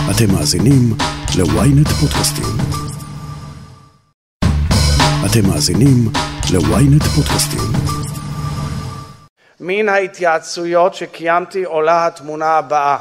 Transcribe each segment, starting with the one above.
אתם מאזינים ל-ynet פודקאסטים. אתם מאזינים ל-ynet פודקאסטים. מן ההתייעצויות שקיימתי עולה התמונה הבאה.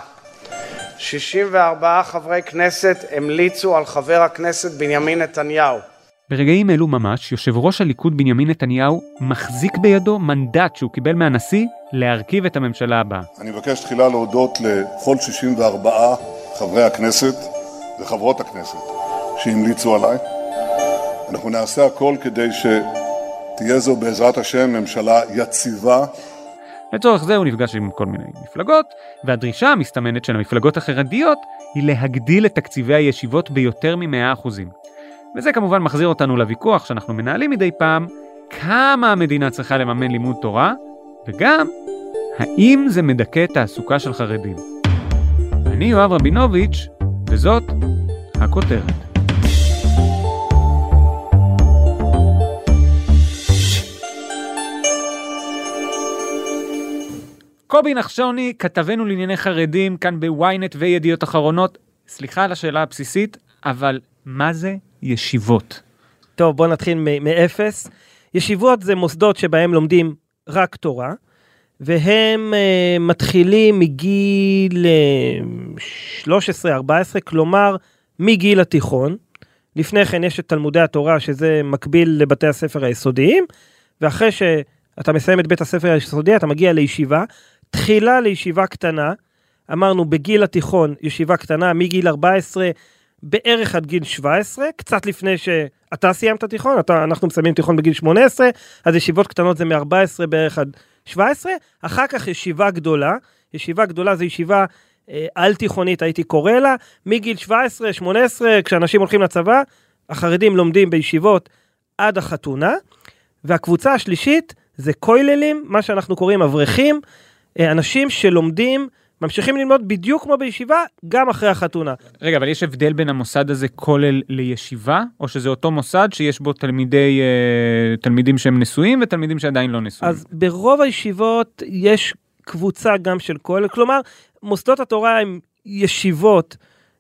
64 חברי כנסת המליצו על חבר הכנסת בנימין נתניהו. ברגעים אלו ממש, יושב ראש הליכוד בנימין נתניהו מחזיק בידו מנדט שהוא קיבל מהנשיא להרכיב את הממשלה הבאה. אני מבקש תחילה להודות לכל 64 חברי הכנסת וחברות הכנסת שהמליצו עליי. אנחנו נעשה הכל כדי שתהיה זו בעזרת השם ממשלה יציבה. לצורך זה הוא נפגש עם כל מיני מפלגות, והדרישה המסתמנת של המפלגות החרדיות היא להגדיל את תקציבי הישיבות ביותר מ100%. וזה כמובן מחזיר אותנו לוויכוח שאנחנו מנהלים מדי פעם, כמה המדינה צריכה לממן לימוד תורה, וגם האם זה מדכא תעסוקה של חרדים. אני יואב רבינוביץ', וזאת הכותרת. קובי נחשוני, כתבנו לענייני חרדים, כאן בוויינט וידיעות אחרונות. סליחה על השאלה הבסיסית, אבל מה זה ישיבות? טוב, בוא נתחיל מאפס. ישיבות זה מוסדות שבהם לומדים רק תורה, והם מתחילים מגיל 13-14, כלומר מגיל התיכון. לפני כן יש את תלמודי התורה, שזה מקביל לבתי הספר היסודיים, ואחרי שאתה מסיים את בית הספר היסודי, אתה מגיע לישיבה, תחילה לישיבה קטנה, אמרנו בגיל התיכון ישיבה קטנה, מגיל 14 בערך עד גיל 17, קצת לפני שאתה סיימת תיכון, אנחנו מסיימים תיכון בגיל 18, אז ישיבות קטנות זה מ-14 בערך עד 17, אחר כך ישיבה גדולה זה ישיבה על תיכונית, הייתי קורא לה, מגיל 17, 18, כשאנשים הולכים לצבא, החרדים לומדים בישיבות עד החתונה, והקבוצה השלישית זה כוללים, מה שאנחנו קוראים אברכים, אנשים שלומדים, ממשיכים ללמוד בדיוק כמו בישיבה, גם אחרי החתונה. רגע, אבל יש הבדל בין המוסד הזה כולל לישיבה, או שזה אותו מוסד שיש בו תלמידים שהם נשואים, ותלמידים שעדיין לא נשואים? אז ברוב הישיבות יש קבוצה גם של כולל, כלומר, מוסדות התורה הם ישיבות,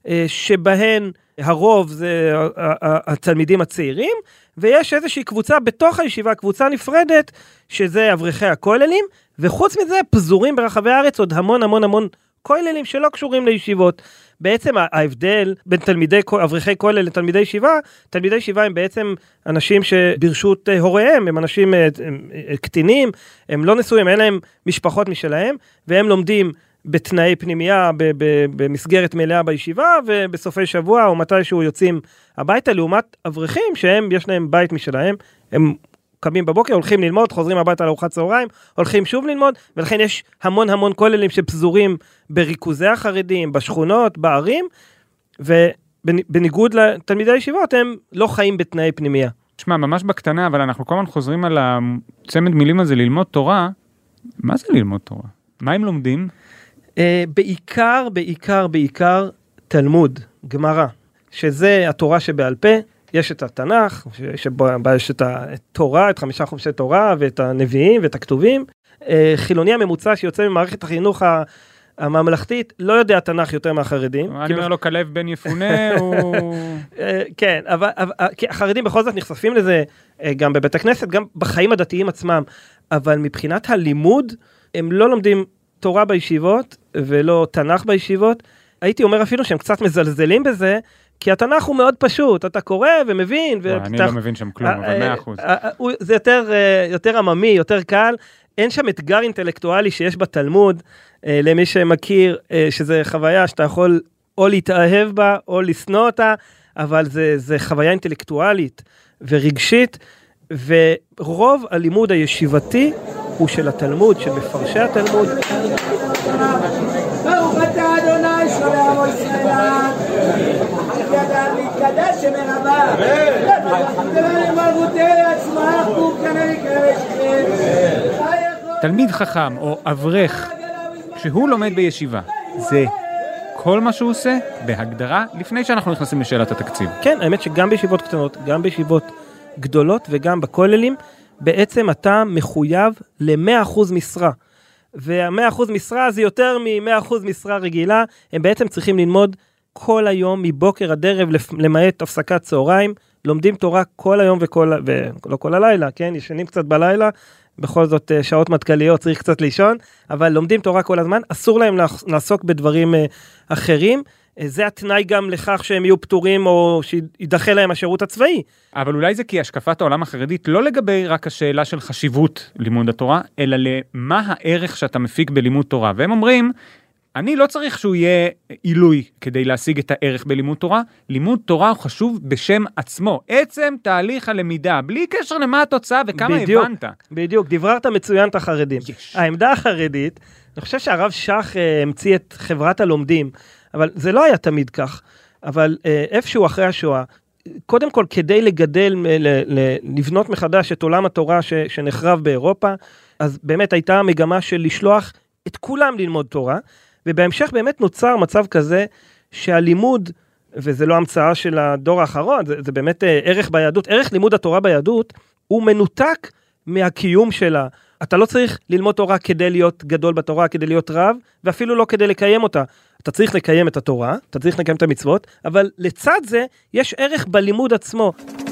שבהן הרוב זה התלמידים הצעירים, ויש איזושהי קבוצה בתוך הישיבה, קבוצה נפרדת, שזה אברכי הכוללים, וחוץ מזה פזורים ברחבי הארץ עוד המון כוללים שלא קשורים לישיבות. בעצם ההבדל בין אברכי כולל לתלמידי ישיבה, תלמידי ישיבה הם בעצם אנשים שברשות הוריהם, הם אנשים קטינים, הם לא נשואים, אין להם משפחות משלהם, והם לומדים בתנאי פנימייה, במסגרת מלאה בישיבה, ובסופי שבוע או מתישהו יוצאים הביתה, לעומת אברכים שהם, יש להם בית משלהם, הם קמים בבוקר, הולכים ללמוד, חוזרים הביתה לארוחת צהריים, הולכים שוב ללמוד, ולכן יש המון כוללים שפזורים בריכוזי החרדים, בשכונות, בערים, ובניגוד לתלמידי הישיבות, הם לא חיים בתנאי פנימייה. תשמע, ממש בקטנה, אבל אנחנו כל הזמן חוזרים על הצמד מילים הזה, ללמוד תורה. מה זה ללמוד תורה? מה הם לומדים? בעיקר תלמוד, גמרא, שזה התורה שבעל פה, יש את התנ"ך, יש את התורה, את 5 חומשי תורה, ואת הנביאים ואת הכתובים. חילוני הממוצע שיוצא ממערכת החינוך הממלכתית, לא יודע תנ"ך יותר מהחרדים. אני אומר לו, כלב בן יפונה, כן, אבל החרדים בכל זאת נחשפים לזה, גם בבית הכנסת, גם בחיים הדתיים עצמם, אבל מבחינת הלימוד, הם לא לומדים תורה בישיבות, ולא תנ"ך בישיבות. הייתי אומר אפילו שהם קצת מזלזלים בזה, כי התנ"ך הוא מאוד פשוט, אתה קורא ומבין. אני לא מבין שם כלום, אבל 100%. זה יותר עממי, יותר קל. אין שם אתגר אינטלקטואלי שיש בתלמוד, למי שמכיר, שזה חוויה שאתה יכול או להתאהב בה, או לשנוא אותה, אבל זה חוויה אינטלקטואלית ורגשית, ורוב הלימוד הישיבתי הוא של התלמוד, של מפרשי התלמוד. ברוך אתה אדוני שומע עמו ישראל, ידע להתקדש שמרבה, תלמיד חכם או אברך, כשהוא לומד בישיבה, זה כל מה שהוא עושה בהגדרה, לפני שאנחנו נכנסים לשאלת התקציב. כן, האמת שגם בישיבות קטנות, גם בישיבות גדולות וגם בכוללים, בעצם אתה מחויב ל100% משרה. וה100% משרה זה יותר מ100% משרה רגילה, הם בעצם צריכים ללמוד כל היום, מבוקר עד ערב, למעט הפסקת צהריים, לומדים תורה כל היום ולא כל הלילה, כן? ישנים קצת בלילה, בכל זאת שעות מטכליות, צריך קצת לישון, אבל לומדים תורה כל הזמן, אסור להם לעסוק בדברים אחרים, זה התנאי גם לכך שהם יהיו פטורים או שידחה להם השירות הצבאי. אבל אולי זה כי השקפת העולם החרדית לא לגבי רק השאלה של חשיבות לימוד התורה, אלא למה הערך שאתה מפיק בלימוד תורה. והם אומרים, אני לא צריך שהוא יהיה עילוי כדי להשיג את הערך בלימוד תורה, לימוד תורה הוא חשוב בשם עצמו, עצם תהליך הלמידה, בלי קשר למה התוצאה וכמה הבנת. בדיוק, דבררת מצוין את החרדים. העמדה החרדית, אני חושב שהרב שך המציא את חברת הלומדים, אבל זה לא היה תמיד כך, אבל איפשהו אחרי השואה, קודם כל כדי לגדל, לבנות מחדש את עולם התורה שנחרב באירופה, אז באמת הייתה מגמה של לשלוח את כולם ללמוד תורה, ובהמשך באמת נוצר מצב כזה שהלימוד, וזה לא המצאה של הדור האחרון, זה באמת ערך ביהדות, ערך לימוד התורה ביהדות, הוא מנותק מהקיום שלה. אתה לא צריך ללמוד תורה כדי להיות גדול בתורה, כדי להיות רב, ואפילו לא כדי לקיים אותה. אתה צריך לקיים את התורה, אתה צריך לקיים את המצוות, אבל לצד זה יש ערך בלימוד עצמו.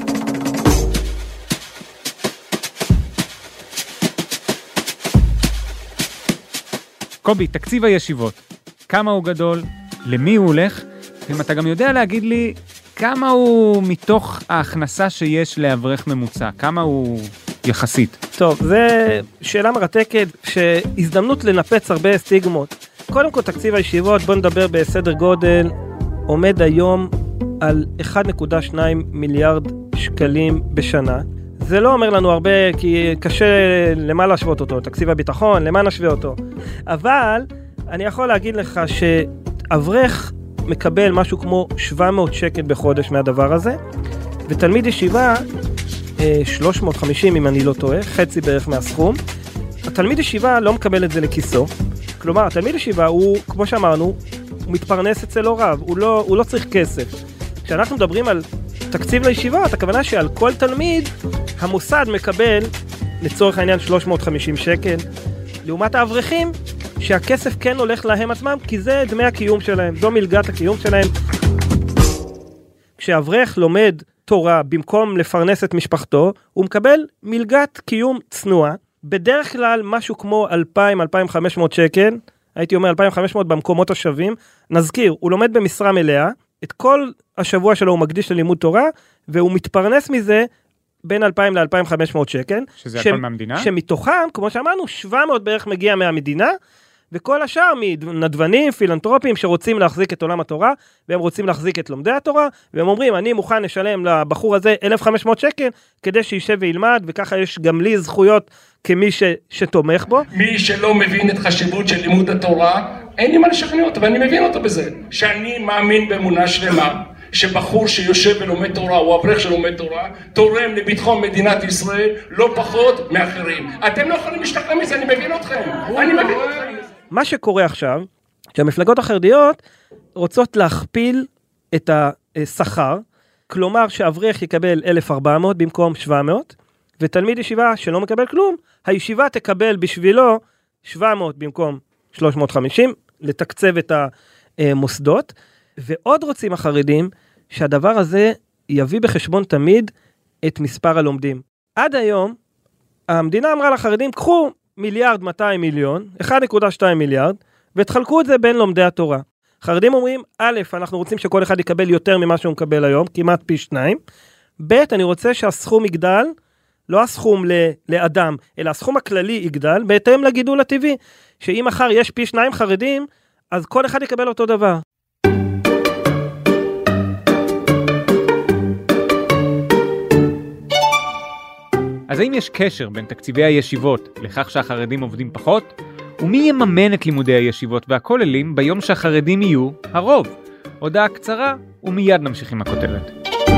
קובי, תקציב הישיבות, כמה הוא גדול, למי הוא הולך, ואם אתה גם יודע להגיד לי כמה הוא מתוך ההכנסה שיש לאברך ממוצע, כמה הוא יחסית. טוב, זו שאלה מרתקת, שהזדמנות לנפץ הרבה סטיגמות. קודם כל, תקציב הישיבות, בוא נדבר בסדר גודל, עומד היום על 1.2 מיליארד שקלים בשנה. זה לא אומר לנו הרבה, כי קשה למה להשוות אותו, תקציב הביטחון, למה נשווה אותו. אבל אני יכול להגיד לך שאברך מקבל משהו כמו 700 שקל בחודש מהדבר הזה, ותלמיד ישיבה 350 אם אני לא טועה, חצי בערך מהסכום. התלמיד ישיבה לא מקבל את זה לכיסו, כלומר, התלמיד ישיבה הוא, כמו שאמרנו, הוא מתפרנס אצל הוריו, הוא לא צריך כסף. כשאנחנו מדברים על תקציב לישיבה, הכוונה שעל כל תלמיד, המוסד מקבל, לצורך העניין, 350 שקל, לעומת האברכים, שהכסף כן הולך להם עצמם, כי זה דמי הקיום שלהם, זו מלגת הקיום שלהם. כשאברך לומד תורה, במקום לפרנס את משפחתו, הוא מקבל מלגת קיום צנועה, בדרך כלל משהו כמו 2,000-2,500 שקל, הייתי אומר 2,500 במקומות השווים, נזכיר, הוא לומד במשרה מלאה, את כל השבוע שלו הוא מקדיש ללימוד תורה, והוא מתפרנס מזה בין 2,000 ל-2,500 שקל. שזה הכל מהמדינה? שמתוכם, כמו שאמרנו, 700 בערך מגיע מהמדינה, וכל השאר מנדבנים, פילנטרופים שרוצים להחזיק את עולם התורה, והם רוצים להחזיק את לומדי התורה, והם אומרים, אני מוכן לשלם לבחור הזה 1,500 שקל, כדי שישב וילמד, וככה יש גם לי זכויות כמי שתומך בו. מי שלא מבין את חשיבות של לימוד התורה, אין לי מה לשכנע אותו, ואני מבין אותו בזה. שאני מאמין באמונה שלמה, שבחור שיושב ולומד תורה, או אברך שלומד תורה, תורם לביטחון מדינת ישראל, לא פחות מאחרים. אתם לא יכולים להשתכנע מזה, אני מבין אתכם. אני מבין אתכם. מה שקורה עכשיו, שהמפלגות החרדיות רוצות להכפיל את השכר, כלומר שאברך יקבל 1,400 במקום 700, ותלמיד ישיבה שלא מקבל כלום, הישיבה תקבל בשבילו 700 במקום 350, לתקצב את המוסדות, ועוד רוצים החרדים שהדבר הזה יביא בחשבון תמיד את מספר הלומדים. עד היום, המדינה אמרה לחרדים, קחו 1.2 מיליארד, 1.2 מיליארד, ותחלקו את זה בין לומדי התורה. חרדים אומרים, א', אנחנו רוצים שכל אחד יקבל יותר ממה שהוא מקבל היום, כמעט פי 2, ב', אני רוצה שהסכום יגדל, לא הסכום לאדם, אלא הסכום הכללי יגדל, בהתאם לגידול הטבעי, שאם מחר יש פי 2 חרדים, אז כל אחד יקבל אותו דבר. אז האם יש קשר בין תקציבי הישיבות לכך שהחרדים עובדים פחות? ומי יממן את לימודי הישיבות והכוללים ביום שהחרדים יהיו הרוב? הודעה קצרה ומיד נמשיך עם הכותרת.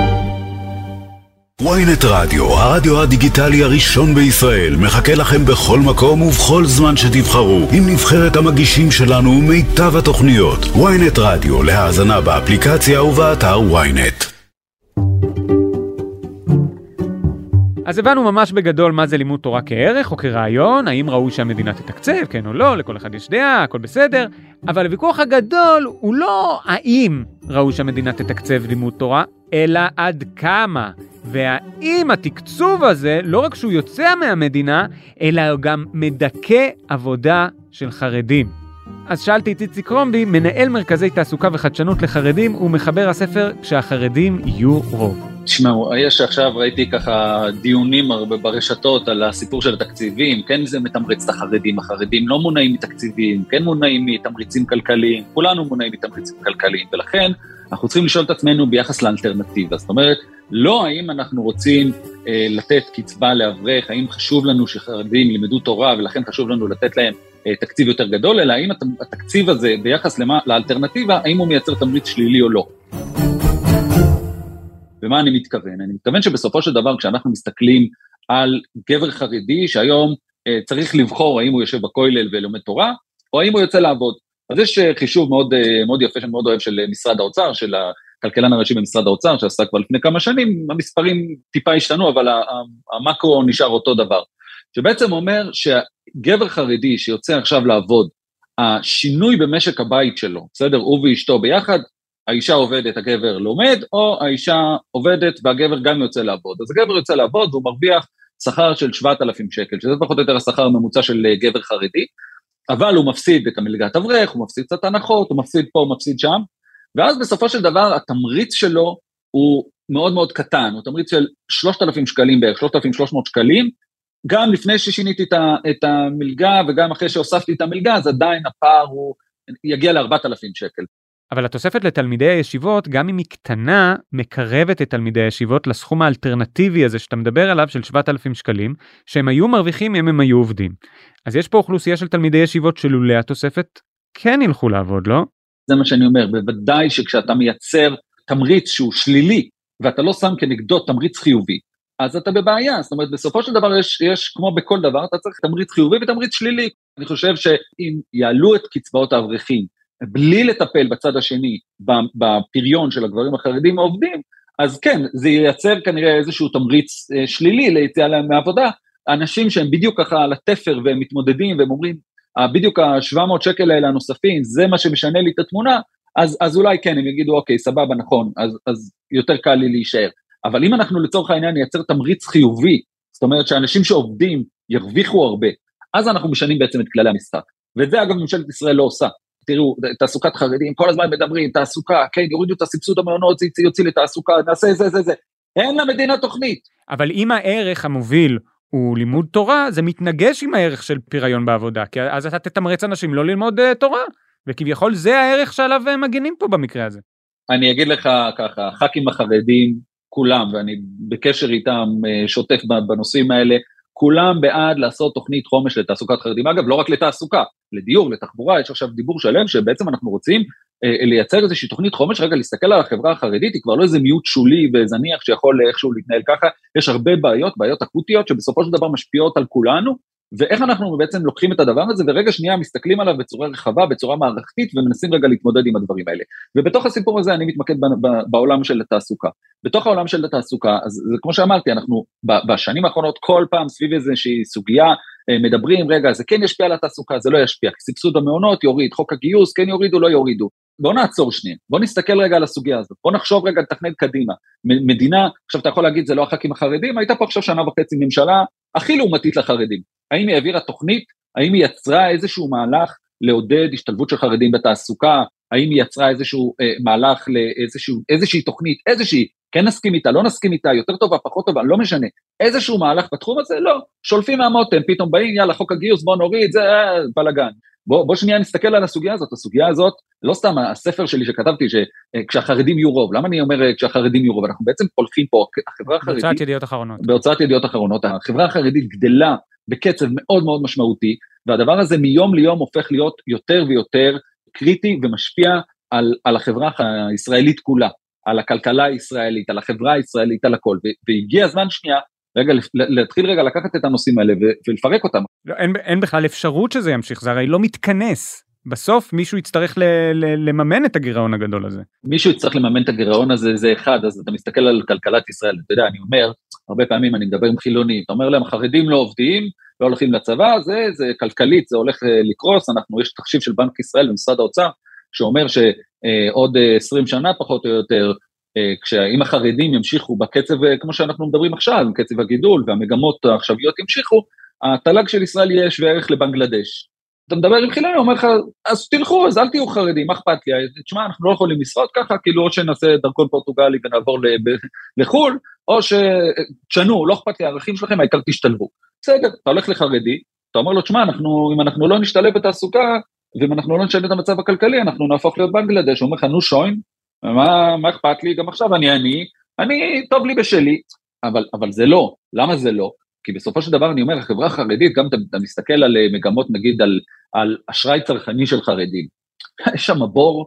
ynet רדיו, הרדיו הדיגיטלי הראשון בישראל, מחכה לכם בכל מקום ובכל זמן שתבחרו, עם נבחרת המגישים שלנו ומיטב התוכניות. ynet רדיו, להאזנה באפליקציה ובאתר ynet. אז הבנו ממש בגדול מה זה לימוד תורה כערך או כרעיון, האם ראוי שהמדינה תתקצב, כן או לא, לכל אחד יש דעה, הכל בסדר, אבל הוויכוח הגדול הוא לא האם ראו שהמדינה תתקצב לימוד תורה, אלא עד כמה. והאם התקצוב הזה, לא רק שהוא יוצא מהמדינה, אלא הוא גם מדכא עבודה של חרדים. אז שאלתי את איציק קרומבי, מנהל מרכזי תעסוקה וחדשנות לחרדים, ומחבר הספר כשהחרדים יהיו רוב. תשמעו, יש עכשיו, ראיתי ככה דיונים ברשתות על הסיפור של התקציבים, כן זה מתמרץ את החרדים, החרדים לא מונעים מתקציבים, כן מונעים מתמריצים כלכליים, כולנו מונעים מתמריצים כלכליים, ולכן אנחנו צריכים לשאול את עצמנו ביחס לאלטרנטיבה, זאת אומרת, לא האם אנחנו רוצים לתת קצבה לאברך, האם חשוב לנו שחרדים לימדו תורה, ולכן חשוב לנו לתת להם תקציב יותר גדול, אלא האם התקציב הזה ביחס לאלטרנטיבה, האם הוא מייצר תמריץ שלילי או לא. ומה אני מתכוון? אני מתכוון שבסופו של דבר, כשאנחנו מסתכלים על גבר חרדי, שהיום צריך לבחור האם הוא יושב בכולל ולומד תורה, או האם הוא יוצא לעבוד. אז יש חישוב מאוד, מאוד יפה, שאני מאוד אוהב, של משרד האוצר, של הכלכלן הראשי במשרד האוצר, שעשה כבר לפני כמה שנים, המספרים טיפה השתנו, אבל המקרו נשאר אותו דבר. שבעצם אומר שהגבר חרדי שיוצא עכשיו לעבוד, השינוי במשק הבית שלו, בסדר? הוא ואשתו ביחד, האישה עובדת, הגבר לומד, או האישה עובדת והגבר גם יוצא לעבוד. אז הגבר יוצא לעבוד והוא מרוויח שכר של 7,000 שקל, שזה פחות או יותר השכר הממוצע של גבר חרדי, אבל הוא מפסיד את המלגת אברך, הוא מפסיד קצת הנחות, הוא מפסיד פה, הוא מפסיד שם, ואז בסופו של דבר התמריץ שלו הוא מאוד מאוד קטן, הוא תמריץ של 3,000 שקלים בערך, 3,300 שקלים, גם לפני ששיניתי את המלגה, וגם אחרי שהוספתי את המלגה, אז עדיין הפער הוא יגיע ל4,000 שקל. אבל התוספת לתלמידי הישיבות, גם אם היא קטנה, מקרבת את תלמידי הישיבות לסכום האלטרנטיבי הזה שאתה מדבר עליו של 7,000 שקלים, שהם היו מרוויחים אם הם היו עובדים. אז יש פה אוכלוסייה של תלמידי ישיבות שלולא התוספת כן ילכו לעבוד, לא? זה מה שאני אומר, בוודאי שכשאתה מייצר תמריץ שהוא שלילי, ואתה לא שם כנגדו תמריץ חיובי, אז אתה בבעיה. זאת אומרת, בסופו של דבר יש כמו בכל דבר, אתה צריך תמריץ חיובי ותמריץ שלילי. אני חושב שאם יעלו את קצבאות האברכים, בלי לטפל בצד השני, בפריון של הגברים החרדים העובדים, אז כן, זה ייצר כנראה איזשהו תמריץ שלילי ליציאה להם מעבודה, אנשים שהם בדיוק ככה על התפר והם מתמודדים והם אומרים, בדיוק ה-700 שקל האלה הנוספים, זה מה שמשנה לי את התמונה, אז אולי כן, הם יגידו, אוקיי, סבבה, נכון, אז יותר קל לי להישאר. אבל אם אנחנו לצורך העניין נייצר תמריץ חיובי, זאת אומרת שאנשים שעובדים ירוויחו הרבה, אז אנחנו משנים בעצם את כללי המשחק. וזה אגב ממשלת ישראל לא עושה. תראו, תעסוקת חרדים, כל הזמן מדברים, תעסוקה, כן, יורידו את הסבסוד המעונות, יוציא לתעסוקה, נעשה זה. אין למדינה תוכנית. אבל אם הערך המוביל הוא לימוד תורה, זה מתנגש עם הערך של פריון בעבודה, כי אז אתה תתמרץ אנשים לא ללמוד תורה, וכביכול זה הערך שעליו הם מגינים פה במקרה הזה. אני אגיד לך ככה, הח"כים החרדים, כולם, ואני בקשר איתם שוטף בנושאים האלה, כולם בעד לעשות תוכנית חומש לתעסוקת חרדים, אגב, לא רק לתעסוקה, לדיור, לתחבורה, יש עכשיו דיבור שלם, שבעצם אנחנו רוצים לייצר איזושהי תוכנית חומש, רגע, להסתכל על החברה החרדית, היא כבר לא איזה מיעוט שולי וזניח שיכול איכשהו להתנהל ככה, יש הרבה בעיות אקוטיות, שבסופו של דבר משפיעות על כולנו, ואיך אנחנו בעצם לוקחים את הדבר הזה, ורגע שנייה מסתכלים עליו בצורה רחבה, בצורה מערכתית, ומנסים רגע להתמודד עם הדברים האלה. ובתוך הסיפור הזה אני מתמקד בעולם של התעסוקה. בתוך העולם של התעסוקה, אז זה כמו שאמרתי, אנחנו בשנים האחרונות כל פעם סביב איזושהי סוגיה, מדברים, רגע, זה כן ישפיע על התעסוקה, זה לא ישפיע, סבסוד המעונות יוריד, חוק הגיוס, כן יורידו, לא יורידו. בואו נעצור שנייה, בואו נסתכל רגע על הסוגיה הזאת, בואו נחשוב רגע לתכנן קדימה. מדינה, עכשיו אתה יכול להגיד, זה לא הח"כים החרדים, הייתה פה עכשיו 1.5 שנה ממשלה הכי לעומתית לחרדים. האם היא העבירה תוכנית? האם היא יצרה איזשהו מהלך לעודד השתלבות של חרדים בתעסוקה? האם היא יצרה איזשהו מהלך לאיזושהי תוכנית, כן נסכים איתה, לא נסכים איתה, יותר טובה, פחות טובה, לא משנה. איזשהו מהלך בתחום הזה? לא. שולפים מהמותם, פתאום באים, יאללה, חוק הגיוס, בוא נוריד, זה בלגן. בוא שנייה נסתכל על הסוגיה הזאת. הסוגיה הזאת, לא סתם הספר שלי שכתבתי, כשהחרדים יהיו רוב. למה אני אומר כשהחרדים יהיו רוב? אנחנו בעצם הולכים פה, החברה החרדית... בהוצאת ידיעות אחרונות. החברה החרדית גדלה בקצב מאוד מאוד משמעותי, והדבר הזה מיום ליום הופך להיות יותר ויותר קריטי ומשפיע על החברה הישראלית כולה, על הכלכלה הישראלית, על החברה הישראלית, על הכל, והגיע הזמן שנייה, להתחיל רגע לקחת את הנושאים האלה ולפרק אותם. לא, אין בכלל אפשרות שזה ימשיך, זה הרי לא מתכנס. בסוף מישהו יצטרך לממן את הגירעון הגדול הזה. מישהו יצטרך לממן את הגירעון הזה, זה אחד, אז אתה מסתכל על כלכלת ישראל, אתה יודע, אני אומר, הרבה פעמים אני מדבר עם חילונים, אתה אומר להם, החרדים לא עובדים, לא הולכים לצבא, זה כלכלית, זה הולך לקרוס, יש תחשיב של בנק ישראל ומשרד האוצר, שאומר עוד 20 שנה פחות או יותר, כשאם החרדים ימשיכו בקצב, כמו שאנחנו מדברים עכשיו, קצב הגידול והמגמות העכשוויות ימשיכו, התל"ג של ישראל יהיה שווה ערך לבנגלדש. אתה מדבר עם חילוני, הוא אומר לך, אז תלכו, אז אל תהיו חרדים, מה אכפת לי? תשמע, אנחנו לא יכולים לשרוד ככה, כאילו או שנעשה דרכון פורטוגלי ונעבור לחול, או שתשנו, לא אכפת לי, הערכים שלכם, העיקר תשתלבו. בסדר, אתה הולך לחרדי, אתה אומר לו, תשמע, אם אנחנו לא נשתלב בתעסוקה, ואם אנחנו לא נשנה את המצב הכלכלי, אנחנו נהפוך להיות בנגלדש. הוא אומר לך, נו שוין, מה אכפת לי? גם עכשיו אני טוב לי בשלי, אבל זה לא. למה זה לא? כי בסופו של דבר אני אומר, החברה החרדית, גם אתה מסתכל על מגמות, נגיד, על אשראי צרכני של חרדים. יש שם בור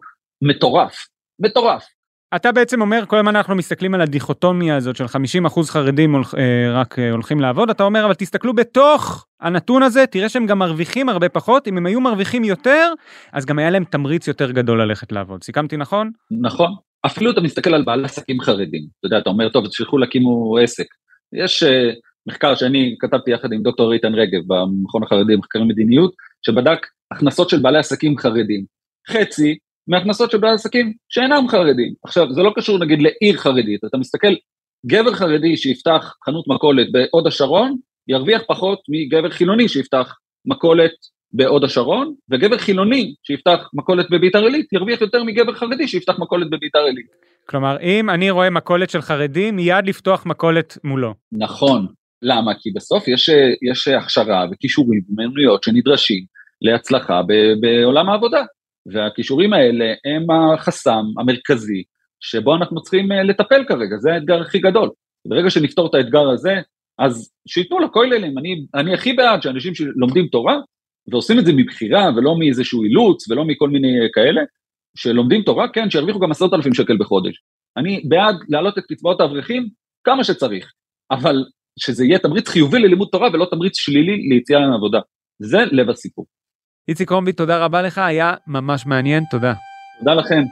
מטורף. אתה בעצם אומר, כל הזמן אנחנו מסתכלים על הדיכוטומיה הזאת של 50% חרדים רק הולכים לעבוד, אתה אומר, אבל תסתכלו בתוך הנתון הזה, תראה שהם גם מרוויחים הרבה פחות, אם הם היו מרוויחים יותר, אז גם היה להם תמריץ יותר גדול ללכת לעבוד. סיכמתי נכון? נכון. אפילו אתה מסתכל על בעלי עסקים חרדים. אתה יודע, אתה אומר, טוב, תשלחו להקימו עסק. יש מחקר שאני כתבתי יחד עם דוקטור איתן רגב, במכון החרדי למחקרי מדיניות, שבדק הכנסות של בעלי עסקים חרדים. חצי מהכנסות של בעלי עסקים שאינם חרדים. עכשיו, זה לא קשור נגיד לעיר חרדית, אתה מסתכל, גבר חרדי שיפתח חנות מכולת בהוד השרון, ירוויח פחות מגבר חילוני שיפתח מכולת בהוד השרון, וגבר חילוני שיפתח מכולת בביתר עילית, ירוויח יותר מגבר חרדי שיפתח מכולת בביתר עילית. כלומר, אם אני רואה מכולת של חרדים, מיד לפתוח מכולת מולו. נכון. למה? כי בסוף יש הכשרה וכישורים ומיומנויות שנדרשים להצלחה בעולם העבודה. והכישורים האלה הם החסם המרכזי שבו אנחנו צריכים לטפל כרגע, זה האתגר הכי גדול. ברגע שנפתור את האתגר הזה, אז שיתנו לכוללים, אני הכי בעד שאנשים שלומדים תורה, ועושים את זה מבחירה ולא מאיזשהו אילוץ ולא מכל מיני כאלה, שלומדים תורה, כן, שירוויחו גם 10,000 שקל בחודש. אני בעד להעלות את קצבאות האברכים כמה שצריך, אבל שזה יהיה תמריץ חיובי ללימוד תורה ולא תמריץ שלילי ליציאה לעבודה. זה לב הסיפור. איציק רומבי, תודה רבה לך, היה ממש מעניין, תודה. תודה לכם.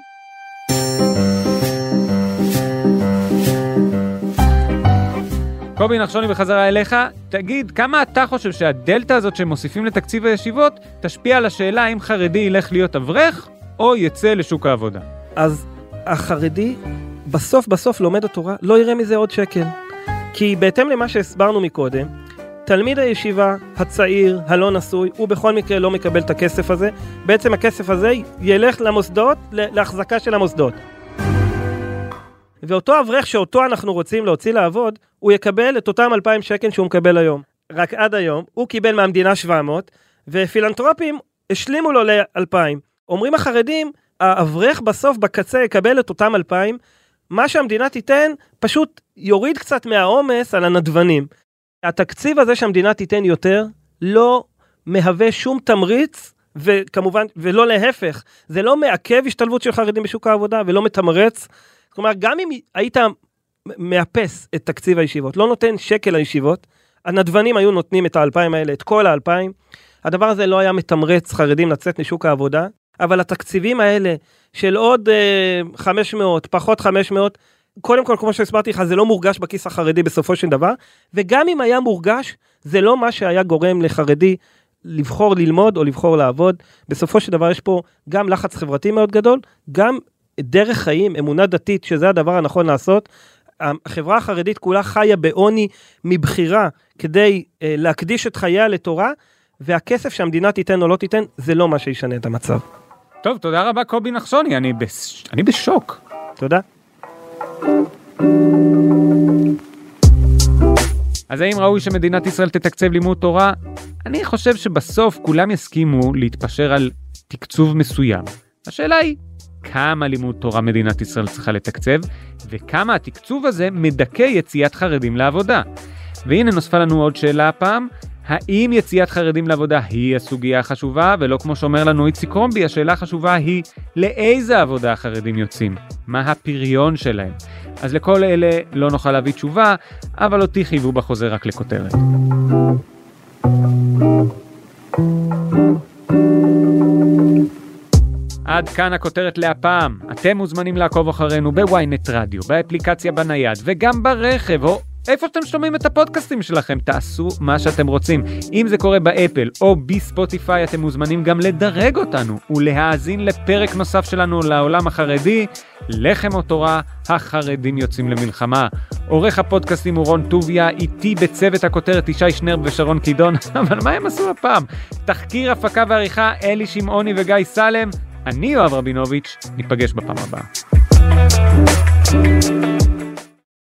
קובי נחשוני בחזרה אליך, תגיד, כמה אתה חושב שהדלטה הזאת שמוסיפים לתקציב הישיבות, תשפיע על השאלה אם חרדי ילך להיות אברך, או יצא לשוק העבודה? אז החרדי בסוף לומד התורה, לא יראה מזה עוד שקל. כי בהתאם למה שהסברנו מקודם, תלמיד הישיבה, הצעיר, הלא נשוי, הוא בכל מקרה לא מקבל את הכסף הזה. בעצם הכסף הזה ילך למוסדות, להחזקה של המוסדות. ואותו אברך שאותו אנחנו רוצים להוציא לעבוד, הוא יקבל את אותם 2,000 שקל שהוא מקבל היום. רק עד היום, הוא קיבל מהמדינה 700, ופילנטרופים השלימו לו ל-2,000. אומרים החרדים, האברך בסוף בקצה יקבל את אותם 2,000, מה שהמדינה תיתן פשוט יוריד קצת מהעומס על הנדבנים. התקציב הזה שהמדינה תיתן יותר, לא מהווה שום תמריץ, וכמובן, ולא להפך, זה לא מעכב השתלבות של חרדים בשוק העבודה, ולא מתמרץ. כלומר, גם אם היית מאפס את תקציב הישיבות, לא נותן שקל לישיבות, הנדבנים היו נותנים את 2,000 האלה, את כל 2,000, הדבר הזה לא היה מתמרץ חרדים לצאת לשוק העבודה, אבל התקציבים האלה של עוד 500, פחות 500, קודם כל, כמו שהסברתי לך, זה לא מורגש בכיס החרדי בסופו של דבר, וגם אם היה מורגש, זה לא מה שהיה גורם לחרדי לבחור ללמוד או לבחור לעבוד. בסופו של דבר יש פה גם לחץ חברתי מאוד גדול, גם דרך חיים, אמונה דתית, שזה הדבר הנכון לעשות. החברה החרדית כולה חיה בעוני מבחירה, כדי להקדיש את חייה לתורה, והכסף שהמדינה תיתן או לא תיתן, זה לא מה שישנה את המצב. טוב, תודה רבה קובי נחשוני, אני בשוק. תודה. אז האם ראוי שמדינת ישראל תתקצב לימוד תורה? אני חושב שבסוף כולם יסכימו להתפשר על תקצוב מסוים. השאלה היא, כמה לימוד תורה מדינת ישראל צריכה לתקצב, וכמה התקצוב הזה מדכא יציאת חרדים לעבודה. והנה נוספה לנו עוד שאלה הפעם, האם יציאת חרדים לעבודה היא הסוגיה החשובה, ולא כמו שאומר לנו איציק רומבי, השאלה החשובה היא לאיזה עבודה החרדים יוצאים, מה הפריון שלהם. אז לכל אלה לא נוכל להביא תשובה, אבל אותי חייבו בחוזה רק לכותרת. עד כאן הכותרת להפעם. אתם מוזמנים לעקוב אחרינו בוויינט רדיו, באפליקציה בנייד וגם ברכב, או איפה שאתם שומעים את הפודקאסטים שלכם, תעשו מה שאתם רוצים. אם זה קורה באפל או בספוטיפיי, אתם מוזמנים גם לדרג אותנו ולהאזין לפרק נוסף שלנו לעולם החרדי, לחם או תורה, החרדים יוצאים למלחמה. עורך הפודקאסטים הוא רון טוביה, איתי בצוות הכותרת ישי שנרב ושרון קידון. אבל מה הם עשו הפעם? תחקיר, הפקה ועריכה אלי שמעוני וגיא סלם. אני יואב רבינוביץ', ניפגש בפעם הבאה.